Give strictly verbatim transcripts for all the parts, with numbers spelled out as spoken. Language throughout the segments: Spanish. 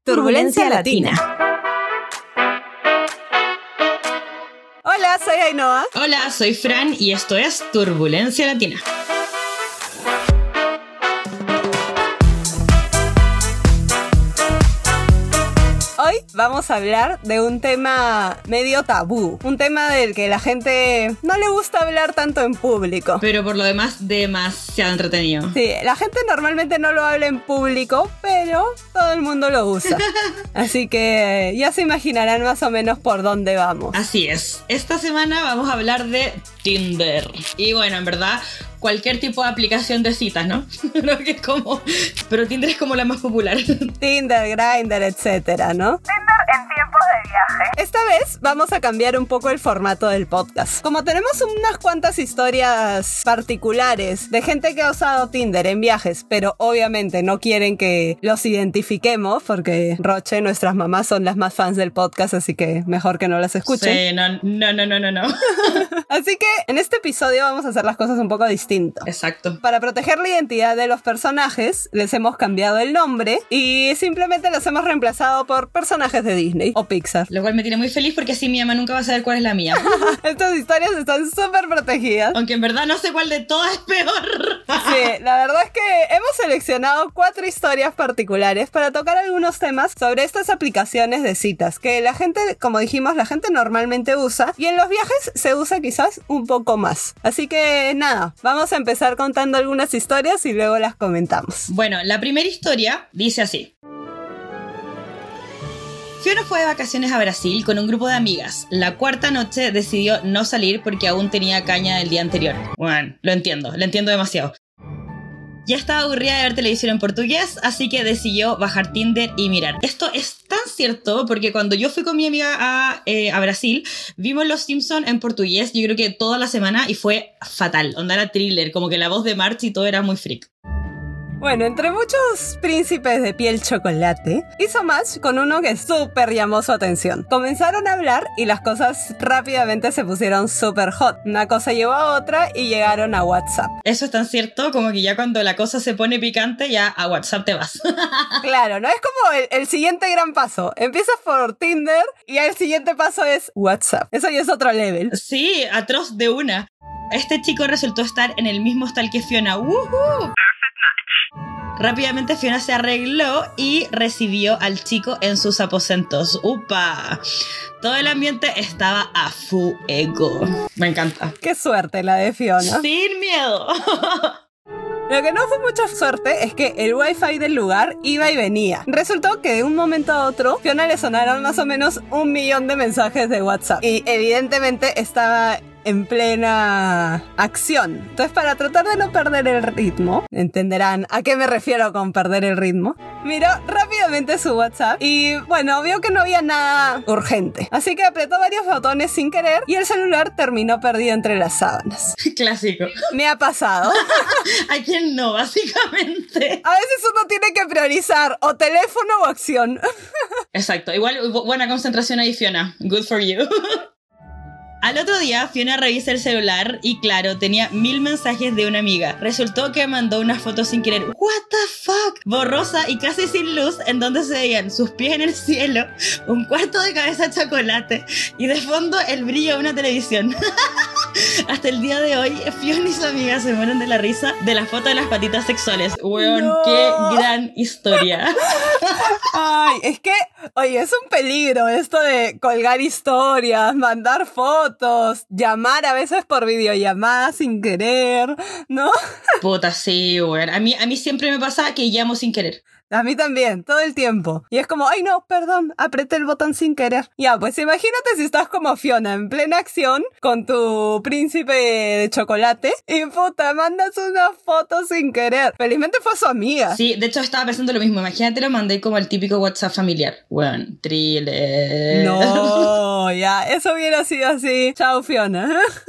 Turbulencia Latina. Hola, soy Ainhoa. Hola, soy Fran y esto es Turbulencia Latina. Hoy vamos a hablar de un tema medio tabú, un tema del que la gente no le gusta hablar tanto en público. Pero por lo demás, demasiado entretenido. Sí, la gente normalmente no lo habla en público, pero todo el mundo lo usa. Así que ya se imaginarán más o menos por dónde vamos. Así es. Esta semana vamos a hablar de Tinder. Y bueno, en verdad, cualquier tipo de aplicación de citas, ¿no? Creo que es como... Pero Tinder es como la más popular. Tinder, Grindr, etcétera, ¿no? Tinder en tiempos de viaje. Esta vez vamos a cambiar un poco el formato del podcast. Como tenemos unas cuantas historias particulares de gente que ha usado Tinder en viajes, pero obviamente no quieren que los identifiquemos porque Roche, nuestras mamás son las más fans del podcast, así que mejor que no las escuchen. Sí, no, no, no, no, no, no. Así que en este episodio vamos a hacer las cosas un poco distinto. Exacto. Para proteger la identidad de los personajes, les hemos cambiado el nombre y simplemente los hemos reemplazado por personajes de Disney o Pixar. Lo cual me tiene muy feliz porque así mi mamá nunca va a saber cuál es la mía. Estas historias están súper protegidas. Aunque en verdad no sé cuál de todas es peor. Sí, la verdad es que hemos seleccionado cuatro historias particulares para tocar algunos temas sobre estas aplicaciones de citas que la gente, como dijimos, la gente normalmente usa y en los viajes se usa quizás un poco más. Así que nada, vamos a empezar contando algunas historias y luego las comentamos. Bueno, la primera historia dice así. Fiona fue de vacaciones a Brasil con un grupo de amigas. La cuarta noche decidió no salir porque aún tenía caña del día anterior. Bueno, lo entiendo, lo entiendo demasiado. Ya estaba aburrida de ver televisión en portugués, así que decidió bajar Tinder y mirar. Esto es tan cierto porque cuando yo fui con mi amiga a, eh, a Brasil, vimos Los Simpsons en portugués, yo creo que toda la semana, y fue fatal. Onda era thriller, como que la voz de Marge y todo era muy freak. Bueno, entre muchos príncipes de piel chocolate, hizo match con uno que súper llamó su atención. Comenzaron a hablar y las cosas rápidamente se pusieron súper hot. Una cosa llevó a otra y llegaron a WhatsApp. Eso es tan cierto como que ya cuando la cosa se pone picante, ya a WhatsApp te vas. Claro, ¿no? Es como el, el siguiente gran paso. Empiezas por Tinder y el siguiente paso es WhatsApp. Eso ya es otro level. Sí, atroz de una. Este chico resultó estar en el mismo hostal que Fiona. ¡Woohoo! Rápidamente Fiona se arregló y recibió al chico en sus aposentos. ¡Upa! Todo el ambiente estaba a fuego. Me encanta. ¡Qué suerte la de Fiona! ¡Sin miedo! Lo que no fue mucha suerte es que el wifi del lugar iba y venía. Resultó que de un momento a otro, Fiona le sonaron más o menos un millón de mensajes de WhatsApp. Y evidentemente estaba en plena acción. Entonces, para tratar de no perder el ritmo, entenderán a qué me refiero con perder el ritmo, miró rápidamente su WhatsApp y, bueno, vio que no había nada urgente. Así que apretó varios botones sin querer y el celular terminó perdido entre las sábanas. Clásico. Me ha pasado. ¿A quién no, básicamente? A veces uno tiene que priorizar o teléfono o acción. Exacto. Igual, buena concentración ahí, Fiona. Good for you. Al otro día, Fiona revisa el celular y claro, tenía mil mensajes de una amiga. Resultó que mandó una foto sin querer. What the fuck? Borrosa y casi sin luz, en donde se veían sus pies en el cielo, un cuarto de cabeza de chocolate y de fondo el brillo de una televisión. Hasta el día de hoy, Fiona y su amiga se mueren de la risa de la foto de las patitas sexuales. Weón, no. Qué gran historia. Ay, es que, oye, es un peligro esto de colgar historias, mandar fotos, llamar a veces por videollamada sin querer, ¿no? Puta, sí, weón. A mí, a mí siempre me pasa que llamo sin querer. A mí también, todo el tiempo. Y es como, ay no, perdón, apreté el botón sin querer. Ya, pues imagínate si estás como Fiona en plena acción con tu príncipe de chocolate y puta, mandas una foto sin querer. Felizmente fue su amiga. Sí, de hecho estaba pensando lo mismo. Imagínate, lo mandé como el típico WhatsApp familiar. Bueno, thriller. No, ya, eso hubiera sido así. Chao, Fiona.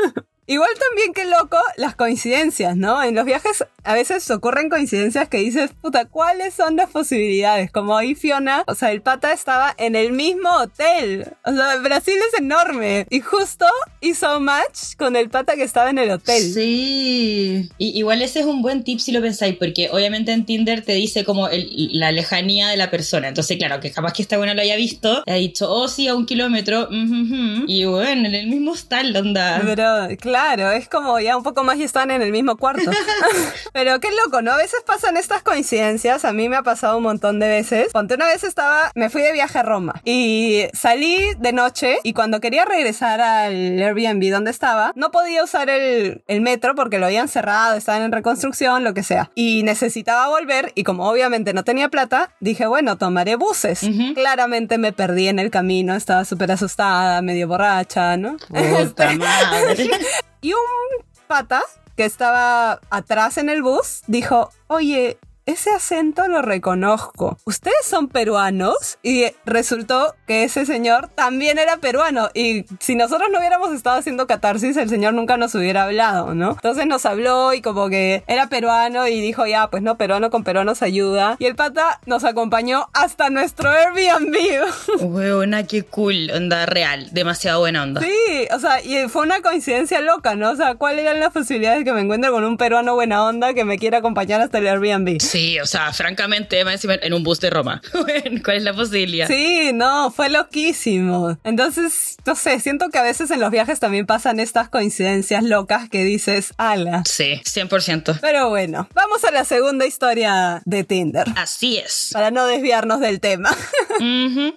Igual también qué loco las coincidencias, ¿no? En los viajes a veces ocurren coincidencias que dices, puta, ¿cuáles son las posibilidades? Como ahí Fiona, o sea, el pata estaba en el mismo hotel. O sea, Brasil es enorme. Y justo hizo match con el pata que estaba en el hotel. Sí. Y, igual ese es un buen tip si lo pensáis, porque obviamente en Tinder te dice como el, la lejanía de la persona. Entonces, claro, que capaz que esta buena lo haya visto, ha dicho, oh, sí, a un kilómetro. Uh-huh. Y bueno, en el mismo hostal, onda. Pero, claro, es como ya un poco más y están en el mismo cuarto. Pero qué loco, ¿no? A veces pasan estas coincidencias. A mí me ha pasado un montón de veces. Ponte, una vez estaba, me fui de viaje a Roma y salí de noche y cuando quería regresar al Airbnb donde estaba, no podía usar el, el metro porque lo habían cerrado, estaban en reconstrucción, lo que sea. Y necesitaba volver y como obviamente no tenía plata, dije, bueno, tomaré buses. Uh-huh. Claramente me perdí en el camino, estaba súper asustada, medio borracha, ¿no? Puta madre. Y un pata que estaba atrás en el bus dijo, oye, ese acento lo reconozco. ¿Ustedes son peruanos? Y resultó que ese señor también era peruano. Y si nosotros no hubiéramos estado haciendo catarsis, el señor nunca nos hubiera hablado, ¿no? Entonces nos habló y como que era peruano y dijo, ya, pues no, peruano con peruano se ayuda. Y el pata nos acompañó hasta nuestro Airbnb. Weona, qué cool. Onda real. Demasiado buena onda. Sí, o sea, y fue una coincidencia loca, ¿no? O sea, ¿cuáles eran las posibilidades de que me encuentre con un peruano buena onda que me quiera acompañar hasta el Airbnb? Sí, o sea, francamente, más encima en un bus de Roma. ¿Cuál es la posibilidad? Sí, no, fue loquísimo. Entonces, no sé, siento que a veces en los viajes también pasan estas coincidencias locas que dices, ala. Sí, cien por ciento. Pero bueno, vamos a la segunda historia de Tinder. Así es. Para no desviarnos del tema. Uh-huh.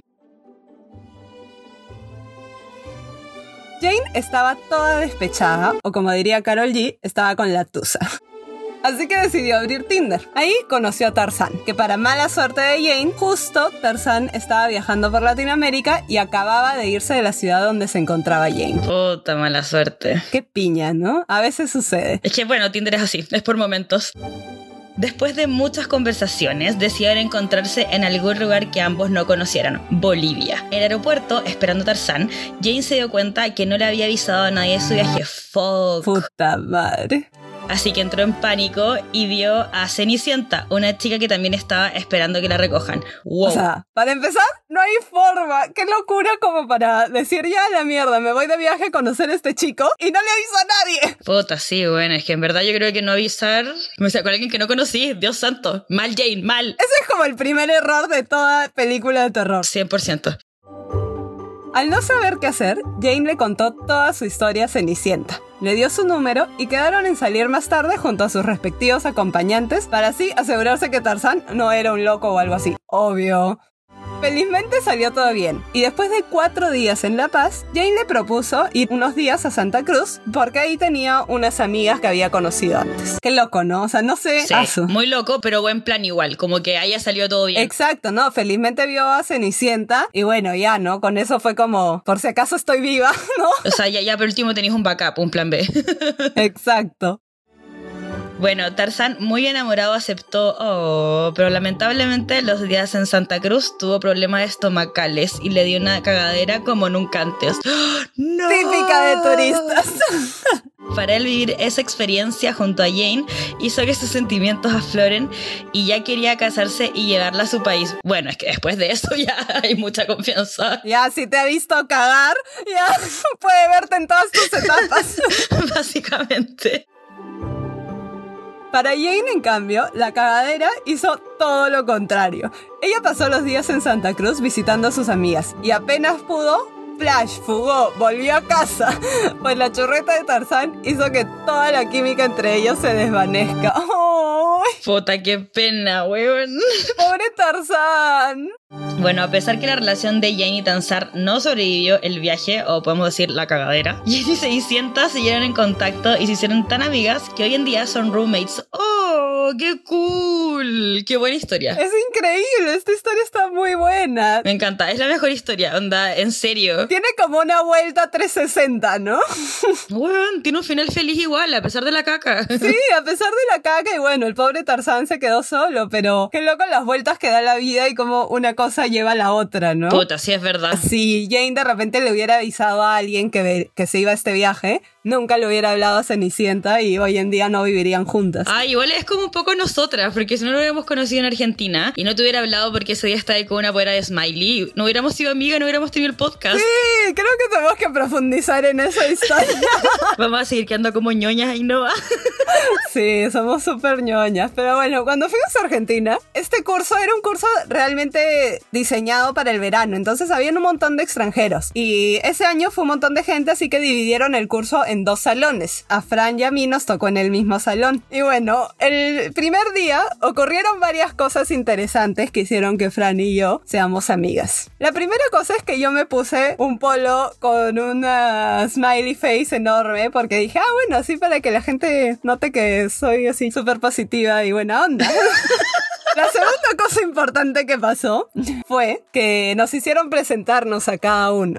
Jane estaba toda despechada, o como diría Karol G, estaba con la tusa. Así que decidió abrir Tinder. Ahí conoció a Tarzán, que para mala suerte de Jane, justo Tarzán estaba viajando por Latinoamérica y acababa de irse de la ciudad donde se encontraba Jane. Puta mala suerte. Qué piña, ¿no? A veces sucede. Es que bueno, Tinder es así, es por momentos. Después de muchas conversaciones, decidieron encontrarse en algún lugar que ambos no conocieran, Bolivia. En el aeropuerto, esperando a Tarzán, Jane se dio cuenta que no le había avisado a nadie de su viaje. Fuck. Puta madre. Así que entró en pánico y vio a Cenicienta, una chica que también estaba esperando que la recojan. Wow. O sea, para empezar, no hay forma. Qué locura como para decir, ya la mierda, me voy de viaje a conocer a este chico y no le aviso a nadie. Puta, sí, bueno, es que en verdad yo creo que no avisar... O sea, con alguien que no conocí, Dios santo. Mal, Jane, mal. Ese es como el primer error de toda película de terror. cien por ciento. Al no saber qué hacer, Jane le contó toda su historia a Cenicienta. Le dio su número y quedaron en salir más tarde junto a sus respectivos acompañantes para así asegurarse que Tarzán no era un loco o algo así. Obvio. Felizmente salió todo bien, y después de cuatro días en La Paz, Jane le propuso ir unos días a Santa Cruz, porque ahí tenía unas amigas que había conocido antes. Qué loco, ¿no? O sea, no sé... Sí, asu. Muy loco, pero buen plan igual, como que haya salido todo bien. Exacto, ¿no? Felizmente vio a Cenicienta, y bueno, ya, ¿no? Con eso fue como, por si acaso estoy viva, ¿no? O sea, ya, ya por último tenéis un backup, un plan B. Exacto. Bueno, Tarzán, muy enamorado, aceptó, oh, pero lamentablemente los días en Santa Cruz tuvo problemas estomacales y le dio una cagadera como nunca antes. ¡Oh, no! Típica de turistas. Para él vivir esa experiencia junto a Jane hizo que sus sentimientos afloren y ya quería casarse y llevarla a su país. Bueno, es que después de eso ya hay mucha confianza. Ya, si te ha visto cagar, ya puede verte en todas tus etapas. Básicamente. Para Jane, en cambio, la cagadera hizo todo lo contrario. Ella pasó los días en Santa Cruz visitando a sus amigas y apenas pudo, flash, fugó, volvió a casa. Pues la churreta de Tarzán hizo que toda la química entre ellos se desvanezca. ¡Oh! Puta, qué pena, weón. ¡Pobre Tarzán! Bueno, a pesar que la relación de Jane y Tarzán no sobrevivió el viaje, o podemos decir la cagadera, Jane y Cenicienta siguieron en contacto y se hicieron tan amigas que hoy en día son roommates. ¡Oh, qué cool! ¡Qué buena historia! Es increíble, esta historia está muy buena. Me encanta, es la mejor historia, onda, en serio. Tiene como una vuelta trescientos sesenta, ¿no? Bueno, tiene un final feliz igual, a pesar de la caca. Sí, a pesar de la caca, y bueno, el pobre Tarzán se quedó solo, pero qué loco las vueltas que da la vida y como una cosa lleva a la otra, ¿no? Puta, sí es verdad. Si Jane de repente le hubiera avisado a alguien que, ve, que se iba a este viaje, nunca le hubiera hablado a Cenicienta y hoy en día no vivirían juntas. Ah, igual es como un poco nosotras, porque si no lo hubiéramos conocido en Argentina y no te hubiera hablado porque ese día estaba ahí con una poera de Smiley, no hubiéramos sido amigas, no hubiéramos tenido el podcast. Sí, creo que tenemos que profundizar en esa historia. Vamos a seguir quedando como ñoñas y no va. Sí, somos súper ñoñas. Pero bueno, cuando fuimos a Argentina, este curso era un curso realmente diseñado para el verano. Entonces habían un montón de extranjeros. Y ese año fue un montón de gente, así que dividieron el curso en dos salones. A Fran y a mí nos tocó en el mismo salón. Y bueno, el primer día ocurrieron varias cosas interesantes que hicieron que Fran y yo seamos amigas. La primera cosa es que yo me puse un polo con una smiley face enorme porque dije, ah, bueno, así para que la gente note que soy así súper positiva y buena onda. La segunda cosa importante que pasó fue que nos hicieron presentarnos a cada uno.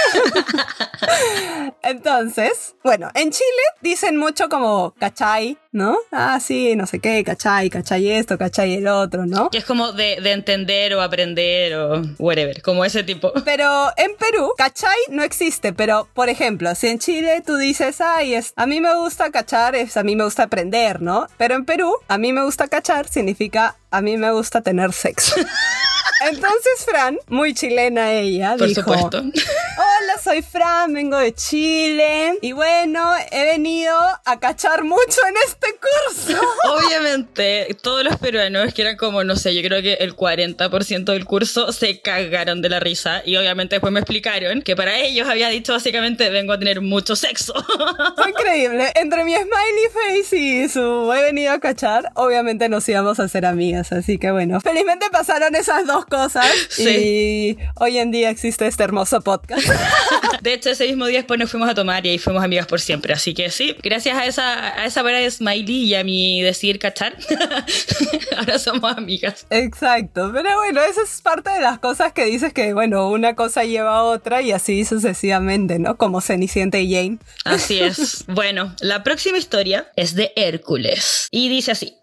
Entonces, bueno, en Chile dicen mucho como cachai, ¿no? Ah, sí, no sé qué, cachai, cachai esto, cachai el otro, ¿no? Que es como de, de entender o aprender o whatever, como ese tipo. Pero en Perú, cachai no existe, pero por ejemplo, si en Chile tú dices, ay, es, a mí me gusta cachar, es, a mí me gusta aprender, ¿no? Pero en Perú, a mí me gusta cachar significa a mí me gusta tener sexo. Entonces Fran, muy chilena ella, por dijo, supuesto. hola, soy Fran, vengo de Chile y bueno, he venido a cachar mucho en este curso. Obviamente, todos los peruanos que eran como, no sé, yo creo que el cuarenta por ciento del curso se cagaron de la risa y obviamente después me explicaron que para ellos había dicho básicamente vengo a tener mucho sexo. Fue increíble. Entre mi smiley face y su he venido a cachar, obviamente nos íbamos a hacer amigas, así que bueno, felizmente pasaron esas dos cosas sí. Y hoy en día existe este hermoso podcast. De hecho, ese mismo día después nos fuimos a tomar y ahí fuimos amigas por siempre, así que sí, gracias a esa a esa palabra de smiley y a mi decir cachar, ahora somos amigas. Exacto, pero bueno, esa es parte de las cosas que dices que, bueno, una cosa lleva a otra y así sucesivamente, ¿no? Como Cenicienta y Jane. Así es. Bueno, la próxima historia es de Hércules y dice así.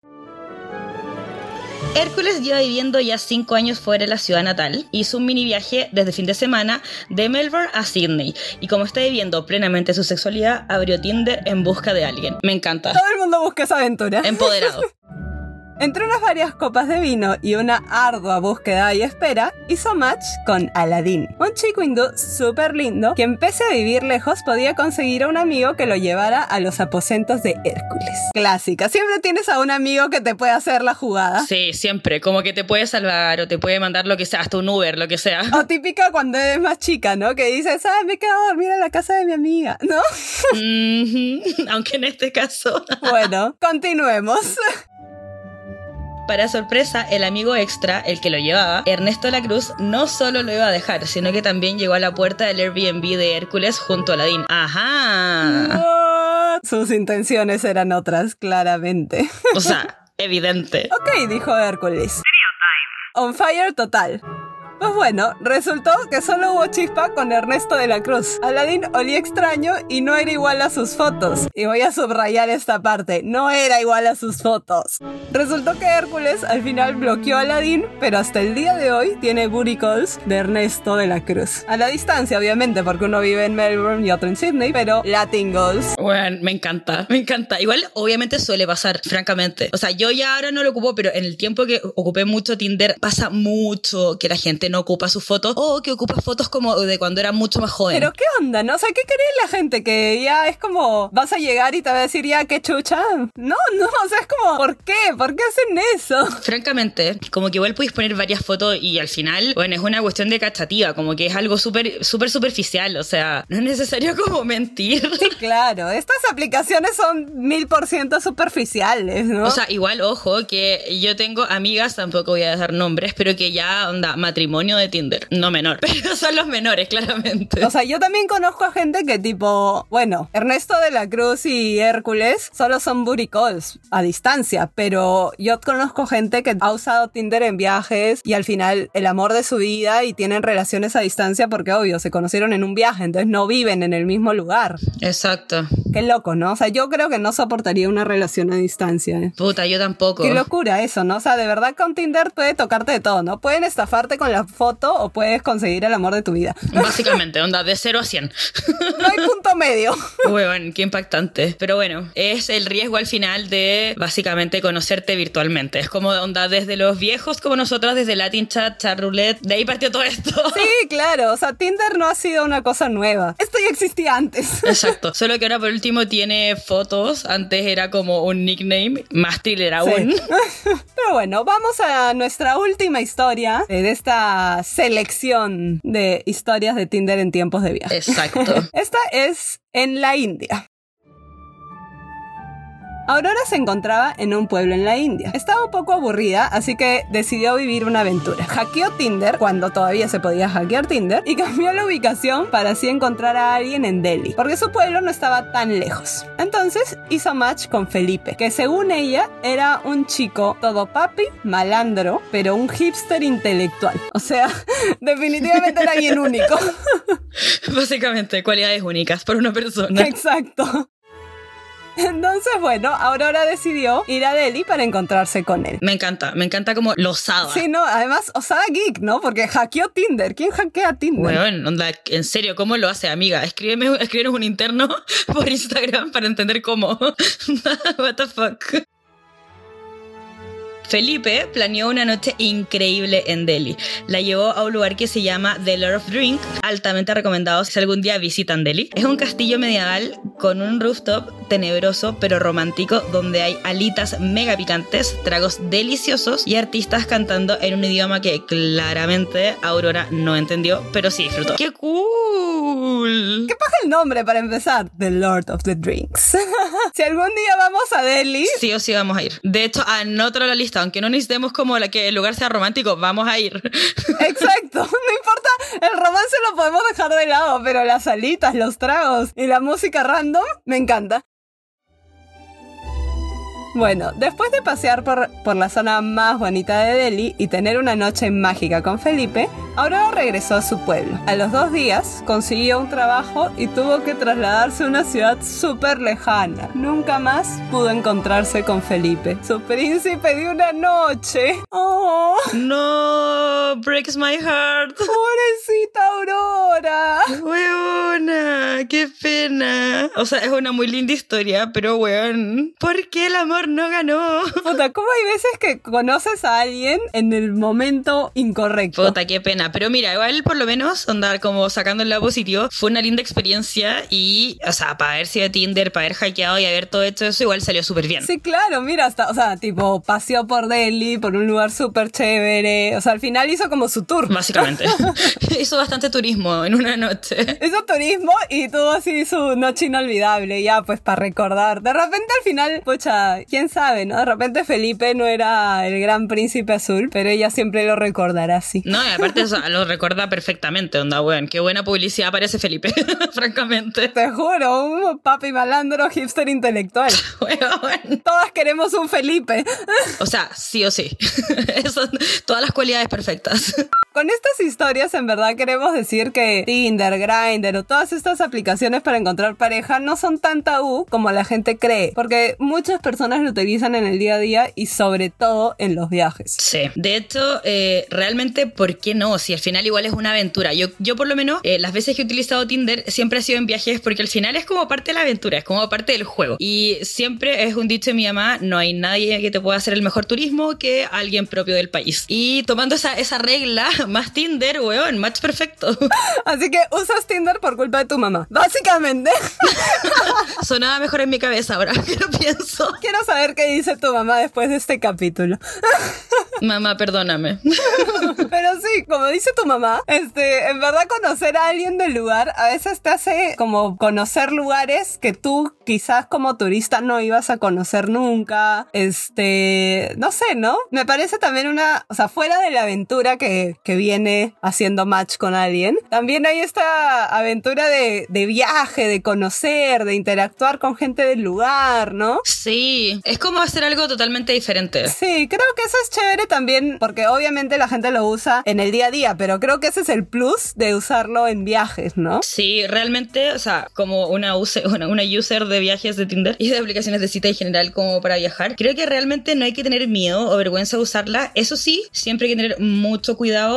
Hércules lleva viviendo ya cinco años fuera de la ciudad natal. Hizo un mini viaje desde fin de semana de Melbourne a Sydney. Y como está viviendo plenamente su sexualidad, abrió Tinder en busca de alguien. Me encanta. Todo el mundo busca esa aventura. Empoderado. Entre unas varias copas de vino y una ardua búsqueda y espera, hizo match con Aladín, un chico hindú súper lindo que, pese a vivir lejos, podía conseguir a un amigo que lo llevara a los aposentos de Hércules. Clásica, siempre tienes a un amigo que te puede hacer la jugada. Sí, siempre, como que te puede salvar o te puede mandar lo que sea, hasta un Uber, lo que sea. O típica cuando eres más chica, ¿no? Que dices, ah, me quedo a dormir en la casa de mi amiga, ¿no? Mm-hmm. Aunque en este caso... Bueno, continuemos. Para sorpresa, el amigo extra, el que lo llevaba, Ernesto La Cruz, no solo lo iba a dejar, sino que también llegó a la puerta del Airbnb de Hércules junto a Aladín. ¡Ajá! What? Sus intenciones eran otras, claramente. O sea, evidente. Ok, dijo Hércules. On fire total. Pues bueno, resultó que solo hubo chispa con Ernesto de la Cruz. Aladín olía extraño y no era igual a sus fotos. Y voy a subrayar esta parte, no era igual a sus fotos. Resultó que Hércules al final bloqueó a Aladín, pero hasta el día de hoy tiene booty calls de Ernesto de la Cruz. A la distancia, obviamente, porque uno vive en Melbourne y otro en Sydney, pero Latin goals. Bueno, me encanta, me encanta. Igual, obviamente suele pasar, francamente. O sea, yo ya ahora no lo ocupo, pero en el tiempo que ocupé mucho Tinder, pasa mucho que la gente no ocupa sus fotos o que ocupa fotos como de cuando era mucho más joven. Pero qué onda, ¿no? O sea, ¿qué cree la gente? Que ya es como vas a llegar y te va a decir ya qué chucha. No, no, o sea, es como ¿por qué? ¿Por qué hacen eso? Francamente, como que igual puedes poner varias fotos y al final, bueno, es una cuestión de cachativa, como que es algo súper súper superficial, o sea, no es necesario como mentir. Sí, claro, estas aplicaciones son mil por ciento superficiales, ¿no? O sea, igual, ojo, que yo tengo amigas, tampoco voy a dar nombres, pero que ya, onda, matrimonio de Tinder, no menor, pero son los menores, claramente. O sea, yo también conozco a gente que tipo, bueno, Ernesto de la Cruz y Hércules solo son booty calls a distancia, pero yo conozco gente que ha usado Tinder en viajes y al final el amor de su vida y tienen relaciones a distancia porque obvio, se conocieron en un viaje, entonces no viven en el mismo lugar. Exacto. Qué loco, ¿no? O sea, yo creo que no soportaría una relación a distancia. ¿eh? Puta, yo tampoco. Qué locura eso, ¿no? O sea, de verdad con Tinder puede tocarte de todo, ¿no? Pueden estafarte con la foto o puedes conseguir el amor de tu vida. Básicamente, onda, de cero a cien. No hay punto medio. Weón, qué impactante. Pero bueno, es el riesgo al final de básicamente conocerte virtualmente. Es como onda desde los viejos como nosotros, desde Latin Chat, Chat Roulette, de ahí partió todo esto. Sí, claro, o sea, Tinder no ha sido una cosa nueva. Esto ya existía antes. Exacto, solo que ahora por último tiene fotos. Antes era como un nickname, más thriller aún. Sí. Pero bueno, vamos a nuestra última historia de esta selección de historias de Tinder en tiempos de viaje. Exacto. Esta es en la India. Aurora se encontraba en un pueblo en la India. Estaba un poco aburrida, así que decidió vivir una aventura. Hackeó Tinder, cuando todavía se podía hackear Tinder, y cambió la ubicación para así encontrar a alguien en Delhi, porque su pueblo no estaba tan lejos. Entonces hizo match con Felipe, que según ella era un chico todo papi, malandro, pero un hipster intelectual. O sea, definitivamente era alguien único. Básicamente, cualidades únicas por una persona. Exacto. Entonces, bueno, Aurora decidió ir a Delhi para encontrarse con él. Me encanta, me encanta como lo osada. Sí, no, además, osada geek, ¿no? Porque hackeó Tinder. ¿Quién hackea Tinder? Bueno, onda, en serio, ¿cómo lo hace, amiga? Escríbeme, escríbenos un interno por Instagram para entender cómo. What the fuck. Felipe planeó una noche increíble en Delhi. La llevó a un lugar que se llama The Lord of Drink, altamente recomendado si algún día visitan Delhi. Es un castillo medieval con un rooftop tenebroso pero romántico donde hay alitas mega picantes, tragos deliciosos y artistas cantando en un idioma que claramente Aurora no entendió, pero sí disfrutó. ¡Qué cool! ¿Qué pasa el nombre para empezar? The Lord of the Drinks. Si algún día vamos a Delhi, sí o sí vamos a ir. De hecho, anótalo la lista. Aunque no necesitemos como la que el lugar sea romántico, vamos a ir. Exacto, no importa, el romance lo podemos dejar de lado, pero las alitas, los tragos y la música random, me encanta. Bueno, después de pasear por, por la zona más bonita de Delhi y tener una noche mágica con Felipe, Aurora regresó a su pueblo. A los dos días consiguió un trabajo y tuvo que trasladarse a una ciudad súper lejana. Nunca más pudo encontrarse con Felipe, su príncipe de una noche. ¡Oh! No, breaks my heart. ¡Pobrecita Aurora! Weona, qué pena. O sea, es una muy linda historia, pero weón, ¿por qué el amor no ganó? Puta, ¿cómo hay veces que conoces a alguien en el momento incorrecto? Puta, qué pena. Pero mira, igual por lo menos andar como sacando el lado positivo, fue una linda experiencia y, o sea, para haber sido Tinder, para haber hackeado y haber todo hecho eso, igual salió súper bien. Sí, claro, mira, hasta, o sea, tipo, paseó por Delhi, por un lugar súper chévere, o sea, al final hizo como su tour. Básicamente. Hizo bastante turismo en una noche. Hizo turismo y tuvo así su noche inolvidable, ya, pues, para recordar. De repente al final, pucha, quién sabe, ¿no? De repente Felipe no era el gran príncipe azul, pero ella siempre lo recordará así. No, y aparte eso, lo recuerda perfectamente, onda, weón. Qué buena publicidad parece Felipe, francamente. Te juro, un papi malandro hipster intelectual. Weón. Todas queremos un Felipe. O sea, sí o sí. Son todas las cualidades perfectas. Con estas historias, en verdad, queremos decir que Tinder, Grindr o todas estas aplicaciones para encontrar pareja no son tan tabú como la gente cree, porque muchas personas lo utilizan en el día a día y sobre todo en los viajes. Sí. De hecho, eh, realmente, ¿por qué no? Si al final igual es una aventura. Yo, yo por lo menos, eh, las veces que he utilizado Tinder siempre ha sido en viajes porque al final es como parte de la aventura, es como parte del juego. Y siempre es un dicho de mi mamá, no hay nadie que te pueda hacer el mejor turismo que alguien propio del país. Y tomando esa, esa regla, más Tinder, weón, match perfecto. Así que usas Tinder por culpa de tu mamá, básicamente. Sonaba mejor en mi cabeza ahora que lo pienso. Quiero saber qué dice tu mamá después de este capítulo. Mamá, perdóname. Pero sí, como dice tu mamá, este, en verdad conocer a alguien del lugar a veces te hace como conocer lugares que tú quizás como turista no ibas a conocer nunca. Este, no sé, ¿no? Me parece también una, o sea, fuera de la aventura que, que viene haciendo match con alguien, también hay esta aventura de, de viaje, de conocer, de interactuar con gente del lugar, ¿no? Sí, es como hacer algo totalmente diferente. Sí, creo que eso es chévere también, porque obviamente la gente lo usa en el día a día, pero creo que ese es el plus de usarlo en viajes, ¿no? Sí, realmente, o sea, como una user, una, una user de viajes de Tinder y de aplicaciones de cita en general como para viajar, creo que realmente no hay que tener miedo o vergüenza de usarla. Eso sí, siempre hay que tener mucho cuidado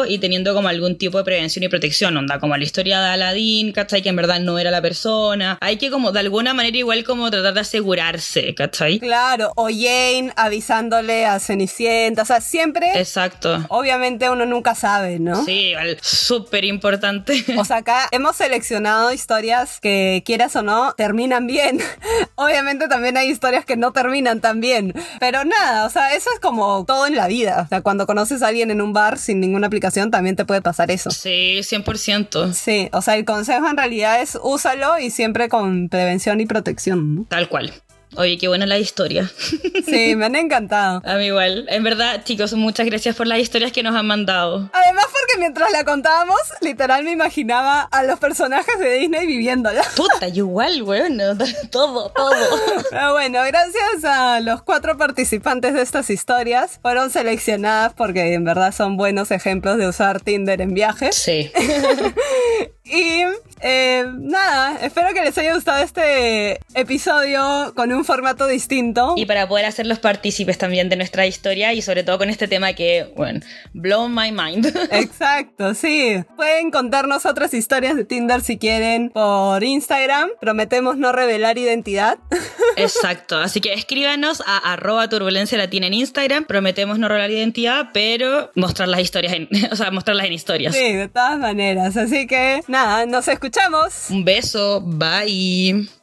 y teniendo como algún tipo de prevención y protección, onda, como la historia de Aladdin, ¿cachai? Que en verdad no era la persona. Hay que como de alguna manera igual como tratar de asegurarse, ¿cachai? Claro, o Jane avisándole a Cenicienta, o sea, siempre... Exacto. Obviamente uno nunca sabe, ¿no? Sí, igual, súper importante. O sea, acá hemos seleccionado historias que, quieras o no, terminan bien. Obviamente también hay historias que no terminan tan bien. Pero nada, o sea, eso es como todo en la vida. O sea, cuando conoces a alguien en un bar sin ninguna aplicación, también te puede pasar eso. Sí, cien por ciento. Sí, o sea, el consejo en realidad es úsalo y siempre con prevención y protección, ¿no? Tal cual. Oye, qué buena la historia. Sí, me han encantado. A mí igual. En verdad, chicos, muchas gracias por las historias que nos han mandado. Además, porque mientras la contábamos, literal me imaginaba a los personajes de Disney viviéndola. Puta, igual, bueno, todo, todo. Pero bueno, gracias a los cuatro participantes de estas historias. Fueron seleccionadas porque en verdad son buenos ejemplos de usar Tinder en viajes. Sí. Y eh, nada, espero que les haya gustado este episodio con un formato distinto. Y para poder hacerlos partícipes también de nuestra historia y sobre todo con este tema que, bueno, blow my mind. Exacto, sí. Pueden contarnos otras historias de Tinder si quieren por Instagram. Prometemos no revelar identidad. Exacto, así que escríbanos a arroba turbulencia latina en Instagram. Prometemos no revelar identidad, pero mostrar las historias en, o sea, mostrarlas en historias. Sí, de todas maneras. Así que nada, nos escuchamos. Un beso, bye.